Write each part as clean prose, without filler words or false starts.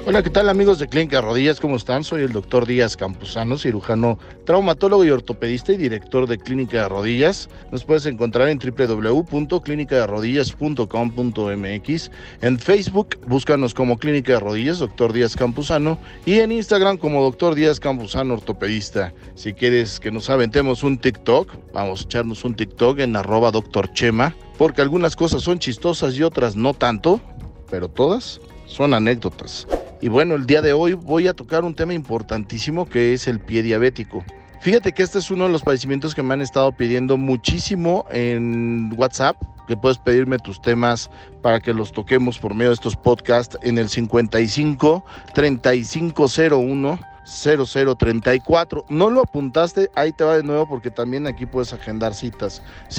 Hola, ¿qué tal amigos de Clínica de Rodillas? ¿Cómo están? Soy el doctor Díaz Campuzano, cirujano, traumatólogo y ortopedista y director de Clínica de Rodillas. Nos puedes encontrar en www.clinicaderodillas.com.mx. En Facebook, búscanos como Clínica de Rodillas, doctor Díaz Campuzano, y en Instagram como doctor Díaz Campuzano, ortopedista. Si quieres que nos aventemos un TikTok, vamos a echarnos un TikTok en @doctorchema, porque algunas cosas son chistosas y otras no tanto, pero todas son anécdotas. Y bueno, el día de hoy voy a tocar un tema importantísimo que es el pie diabético. Fíjate que este es uno de los padecimientos que me han estado pidiendo muchísimo en WhatsApp, que puedes pedirme tus temas para que los toquemos por medio de estos podcasts en el 55 3501 0034. No lo apuntaste, ahí te va de nuevo porque también aquí puedes agendar citas.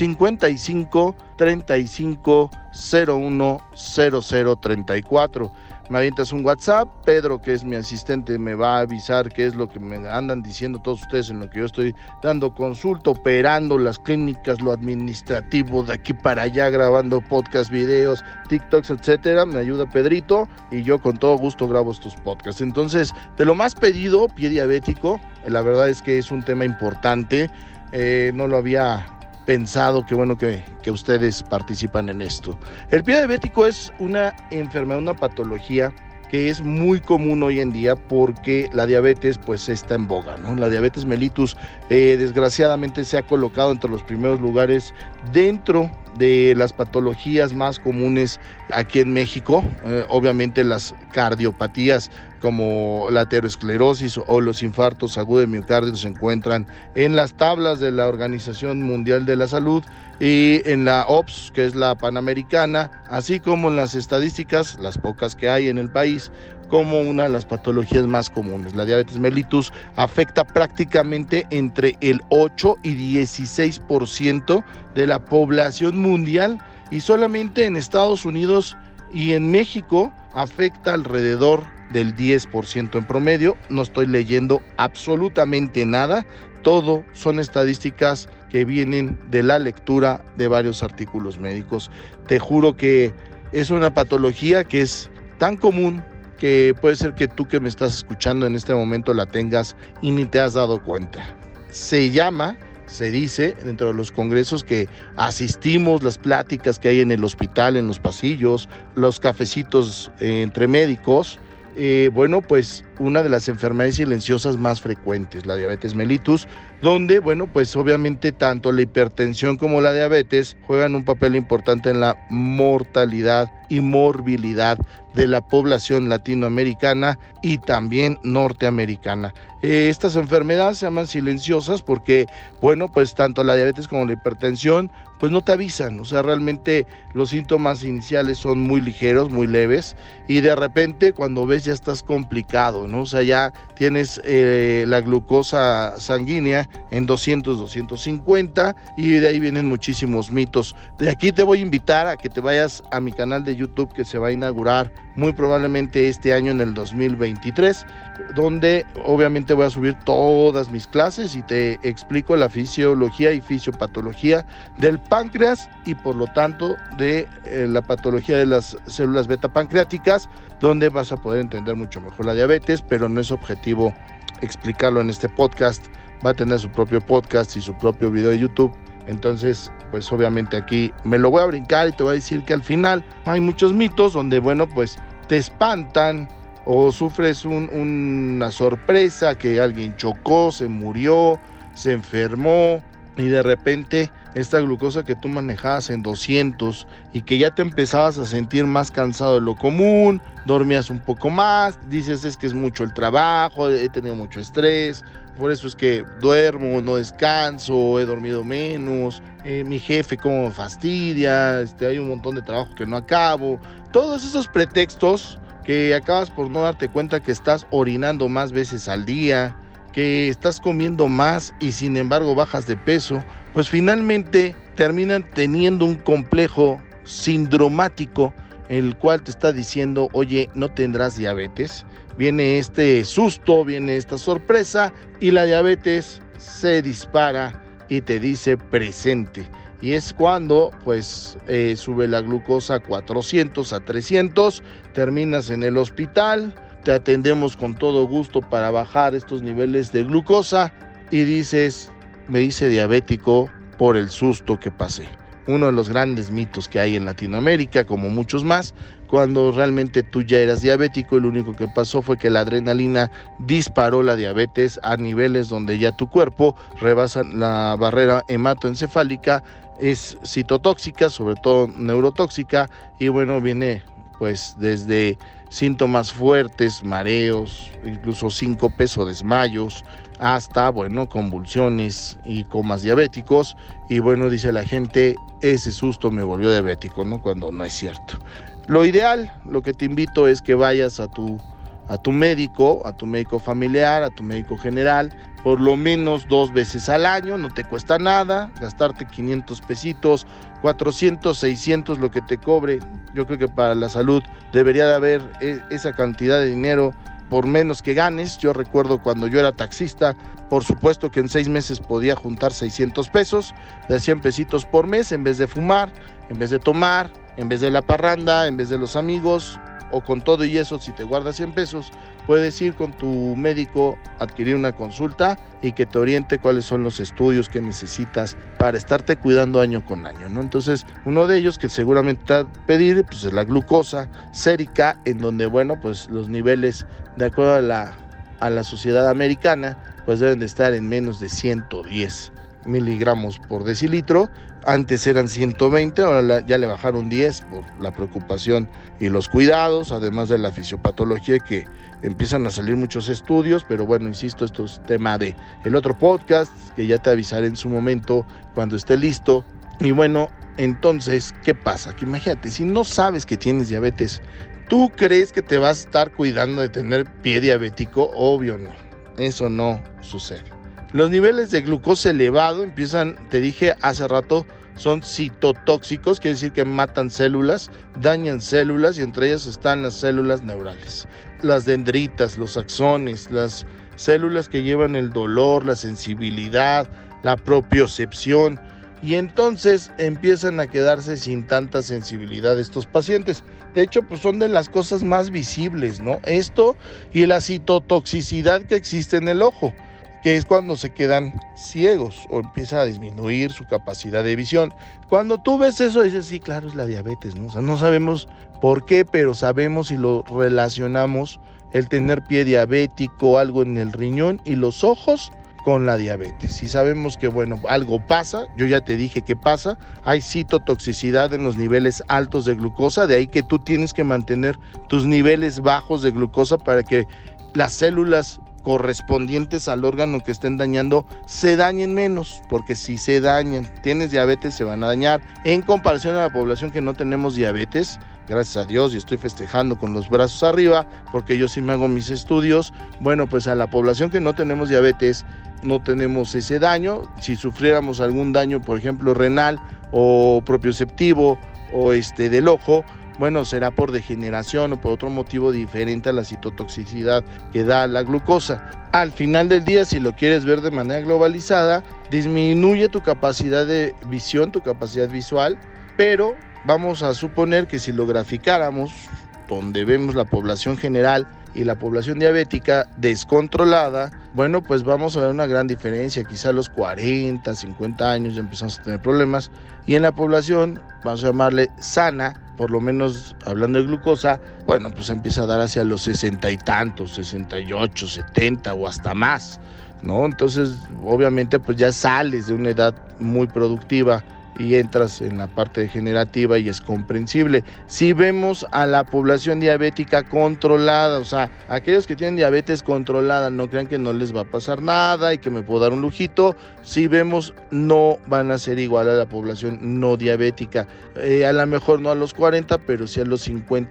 55 35 01 0034. Me avientas un WhatsApp, Pedro, que es mi asistente, me va a avisar qué es lo que me andan diciendo todos ustedes en lo que yo estoy dando consulta, operando las clínicas, lo administrativo, de aquí para allá, grabando podcasts, videos, TikToks, etcétera. Me ayuda Pedrito y yo con todo gusto grabo estos podcasts. Entonces, de lo más pedido, pie diabético, la verdad es que es un tema importante, no lo había pensado, qué bueno que ustedes participan en esto. El pie diabético es una enfermedad, una patología que es muy común hoy en día porque la diabetes pues está en boga, ¿no? La diabetes mellitus desgraciadamente se ha colocado entre los primeros lugares dentro de las patologías más comunes aquí en México. Obviamente las cardiopatías como la aterosclerosis o los infartos agudos de miocardio se encuentran en las tablas de la Organización Mundial de la Salud y en la OPS, que es la Panamericana, así como en las estadísticas, las pocas que hay en el país, como una de las patologías más comunes. La diabetes mellitus afecta prácticamente entre el 8 y 16% de la población mundial y solamente en Estados Unidos y en México afecta alrededor del 10% en promedio. No estoy leyendo absolutamente nada, todo son estadísticas que vienen de la lectura de varios artículos médicos. Te juro que es una patología que es tan común que puede ser que tú que me estás escuchando en este momento la tengas y ni te has dado cuenta. Se dice dentro de los congresos que asistimos, las pláticas que hay en el hospital, en los pasillos, los cafecitos entre médicos, bueno, pues una de las enfermedades silenciosas más frecuentes, la diabetes mellitus, donde, bueno, pues obviamente tanto la hipertensión como la diabetes juegan un papel importante en la mortalidad y morbilidad de la población latinoamericana y también norteamericana. Estas enfermedades se llaman silenciosas porque, bueno, pues tanto la diabetes como la hipertensión pues no te avisan, o sea, realmente los síntomas iniciales son muy ligeros, muy leves, y de repente cuando ves ya estás complicado, ¿no? O sea, ya tienes la glucosa sanguínea en 200, 250, y de ahí vienen muchísimos mitos. De aquí te voy a invitar a que te vayas a mi canal de YouTube que se va a inaugurar muy probablemente este año en el 2023, donde obviamente voy a subir todas mis clases y te explico la fisiología y fisiopatología del páncreas y por lo tanto de la patología de las células beta pancreáticas, donde vas a poder entender mucho mejor la diabetes, pero no es objetivo explicarlo en este podcast. Va a tener su propio podcast y su propio video de YouTube. Entonces, pues obviamente aquí me lo voy a brincar y te voy a decir que al final hay muchos mitos donde, bueno, pues te espantan o sufres una sorpresa que alguien chocó, se murió, se enfermó y de repente esta glucosa que tú manejabas en 200 y que ya te empezabas a sentir más cansado de lo común, dormías un poco más, dices es que es mucho el trabajo, he tenido mucho estrés, por eso es que duermo, no descanso, he dormido menos, mi jefe cómo me fastidia, hay un montón de trabajo que no acabo, todos esos pretextos que acabas por no darte cuenta que estás orinando más veces al día, que estás comiendo más y sin embargo bajas de peso, pues finalmente terminan teniendo un complejo sindromático el cual te está diciendo, oye, no tendrás diabetes. Viene este susto, viene esta sorpresa y la diabetes se dispara y te dice presente. Y es cuando pues sube la glucosa a 400, a 300, terminas en el hospital, te atendemos con todo gusto para bajar estos niveles de glucosa y dices, me hice diabético por el susto que pasé. Uno de los grandes mitos que hay en Latinoamérica, como muchos más, cuando realmente tú ya eras diabético y lo único que pasó fue que la adrenalina disparó la diabetes a niveles donde ya tu cuerpo rebasa la barrera hematoencefálica, es citotóxica, sobre todo neurotóxica, y bueno, viene pues desde síntomas fuertes, mareos, incluso síncopes o desmayos, hasta, bueno, convulsiones y comas diabéticos. Y bueno, dice la gente, ese susto me volvió diabético, ¿no? Cuando no es cierto. Lo ideal, lo que te invito es que vayas a tu médico familiar, a tu médico general, por lo menos 2 veces al año, no te cuesta nada, gastarte 500 pesitos, 400, 600, lo que te cobre. Yo creo que para la salud debería de haber esa cantidad de dinero por menos que ganes. Yo recuerdo cuando yo era taxista, por supuesto que en 6 meses podía juntar 600 pesos, de 100 pesitos por mes, en vez de fumar, en vez de tomar, en vez de la parranda, en vez de los amigos, o con todo y eso, si te guardas 100 pesos, puedes ir con tu médico a adquirir una consulta y que te oriente cuáles son los estudios que necesitas para estarte cuidando año con año, ¿no? Entonces, uno de ellos que seguramente te va a pedir, pues, es la glucosa sérica, en donde, bueno, pues los niveles, de acuerdo a la sociedad americana, pues deben de estar en menos de 110 miligramos por decilitro. Antes eran 120, ahora ya le bajaron 10 por la preocupación y los cuidados, además de la fisiopatología, que empiezan a salir muchos estudios. Pero bueno, insisto, esto es tema de el otro podcast, que ya te avisaré en su momento cuando esté listo. Y bueno, entonces, ¿qué pasa? Que imagínate, si no sabes que tienes diabetes, ¿tú crees que te vas a estar cuidando de tener pie diabético? Obvio no, eso no sucede. Los niveles de glucosa elevado empiezan, te dije hace rato, son citotóxicos, quiere decir que matan células, dañan células, y entre ellas están las células neurales, las dendritas, los axones, las células que llevan el dolor, la sensibilidad, la propiocepción, y entonces empiezan a quedarse sin tanta sensibilidad estos pacientes. De hecho, pues son de las cosas más visibles, ¿no? Esto y la citotoxicidad que existe en el ojo, que es cuando se quedan ciegos o empieza a disminuir su capacidad de visión. Cuando tú ves eso, dices, sí, claro, es la diabetes, ¿no? O sea, no sabemos por qué, pero sabemos y lo relacionamos, el tener pie diabético, algo en el riñón y los ojos con la diabetes. Y sabemos que, bueno, algo pasa, yo ya te dije qué pasa, hay citotoxicidad en los niveles altos de glucosa, de ahí que tú tienes que mantener tus niveles bajos de glucosa para que las células correspondientes al órgano que estén dañando se dañen menos, porque si se dañan, tienes diabetes, se van a dañar. En comparación a la población que no tenemos diabetes, gracias a Dios, y estoy festejando con los brazos arriba, porque yo sí me hago mis estudios, bueno, pues a la población que no tenemos diabetes, no tenemos ese daño. Si sufriéramos algún daño, por ejemplo, renal o propioceptivo o del ojo, bueno, será por degeneración o por otro motivo diferente a la citotoxicidad que da la glucosa. Al final del día, si lo quieres ver de manera globalizada, disminuye tu capacidad de visión, tu capacidad visual, pero vamos a suponer que si lo graficáramos, donde vemos la población general y la población diabética descontrolada, bueno, pues vamos a ver una gran diferencia. Quizá a los 40, 50 años ya empezamos a tener problemas, y en la población, vamos a llamarle sana, por lo menos hablando de glucosa, bueno, pues empieza a dar hacia los 60 y tantos, 68, 70 o hasta más, ¿no? Entonces, obviamente, pues ya sales de una edad muy productiva y entras en la parte degenerativa, y es comprensible. Si vemos a la población diabética controlada, o sea, aquellos que tienen diabetes controlada, no crean que no les va a pasar nada y que me puedo dar un lujito. Si vemos, no van a ser igual a la población no diabética, a lo mejor no a los 40, pero sí a los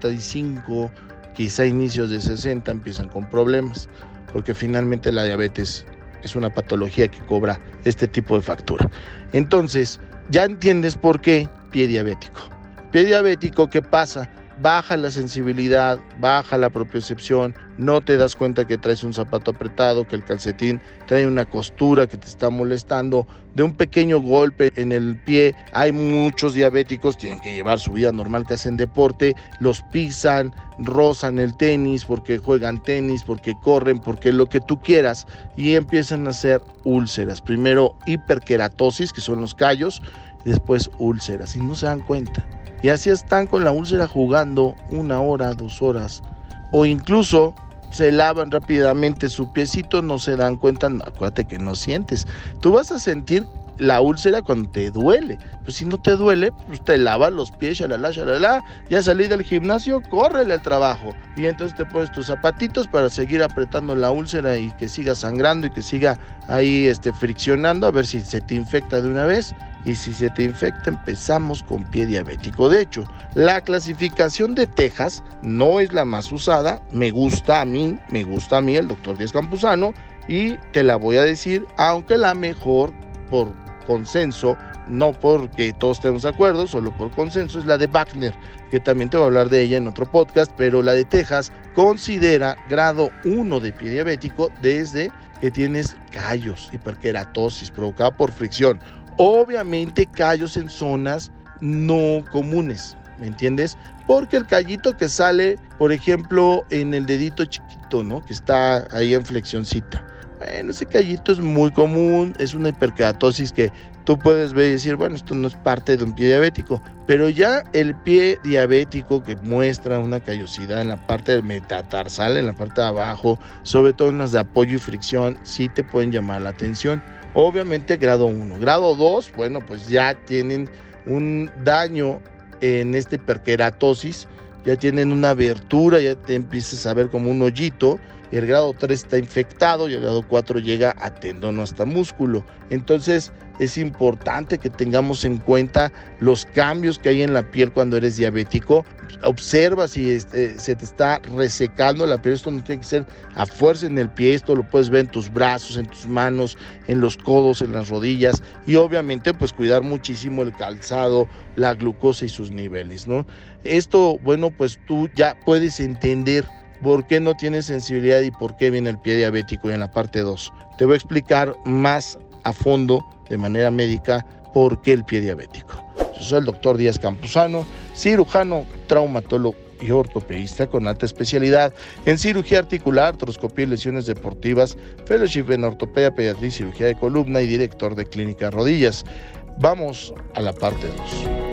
55, quizá inicios de 60 empiezan con problemas, porque finalmente la diabetes es una patología que cobra este tipo de factura. Entonces, ya entiendes por qué pie diabético. Pie diabético, ¿qué pasa? baja la sensibilidad, baja la propiocepción, no te das cuenta que traes un zapato apretado, que el calcetín trae una costura que te está molestando, de un pequeño golpe en el pie. Hay muchos diabéticos, tienen que llevar su vida normal, que hacen deporte, los pisan, rozan el tenis porque juegan tenis, porque corren, porque lo que tú quieras, y empiezan a hacer úlceras. Primero hiperkeratosis, que son los callos, y después úlceras, y no se dan cuenta. Y así están con la úlcera jugando 1 hora, 2 horas, o incluso se lavan rápidamente su piecito, no se dan cuenta. No, acuérdate que no sientes. Tú vas a sentir la úlcera cuando te duele. Pues si no te duele, pues te lavas los pies, ya salí del gimnasio, córrele al trabajo. Y entonces te pones tus zapatitos para seguir apretando la úlcera y que siga sangrando y que siga ahí friccionando, a ver si se te infecta de una vez. Y si se te infecta, empezamos con pie diabético. De hecho, la clasificación de Texas no es la más usada. Me gusta a mí el doctor Díaz Campuzano, y te la voy a decir, aunque la mejor por consenso, no porque todos estemos de acuerdo, solo por consenso, es la de Wagner, que también te voy a hablar de ella en otro podcast. Pero la de Texas considera grado 1 de pie diabético desde que tienes callos, hiperkeratosis provocada por fricción. Obviamente callos en zonas no comunes, ¿me entiendes? Porque el callito que sale, por ejemplo, en el dedito chiquito, ¿no? Que está ahí en flexioncita. Bueno, ese callito es muy común, es una hiperkeratosis que tú puedes ver y decir, bueno, esto no es parte de un pie diabético. Pero ya el pie diabético que muestra una callosidad en la parte del metatarsal, en la parte de abajo, sobre todo en las de apoyo y fricción, sí te pueden llamar la atención. Obviamente grado 1. Grado 2, bueno, pues ya tienen un daño en hiperkeratosis, ya tienen una abertura, ya te empiezas a ver como un hoyito. El grado 3 está infectado y el grado 4 llega a tendón o hasta músculo. Entonces es importante que tengamos en cuenta los cambios que hay en la piel cuando eres diabético. Observa si se te está resecando la piel. Esto no tiene que ser a fuerza en el pie, esto lo puedes ver en tus brazos, en tus manos, en los codos, en las rodillas. Y obviamente pues cuidar muchísimo el calzado, la glucosa y sus niveles, ¿no? Esto, bueno, pues tú ya puedes entender por qué no tienes sensibilidad y por qué viene el pie diabético. Y en la parte 2 te voy a explicar más a fondo, de manera médica, por qué el pie diabético. Yo soy el doctor Díaz Campuzano, cirujano, traumatólogo y ortopedista con alta especialidad en cirugía articular, artroscopía y lesiones deportivas, fellowship en ortopedia, pediatría y cirugía de columna, y director de clínica rodillas. Vamos a la parte 2.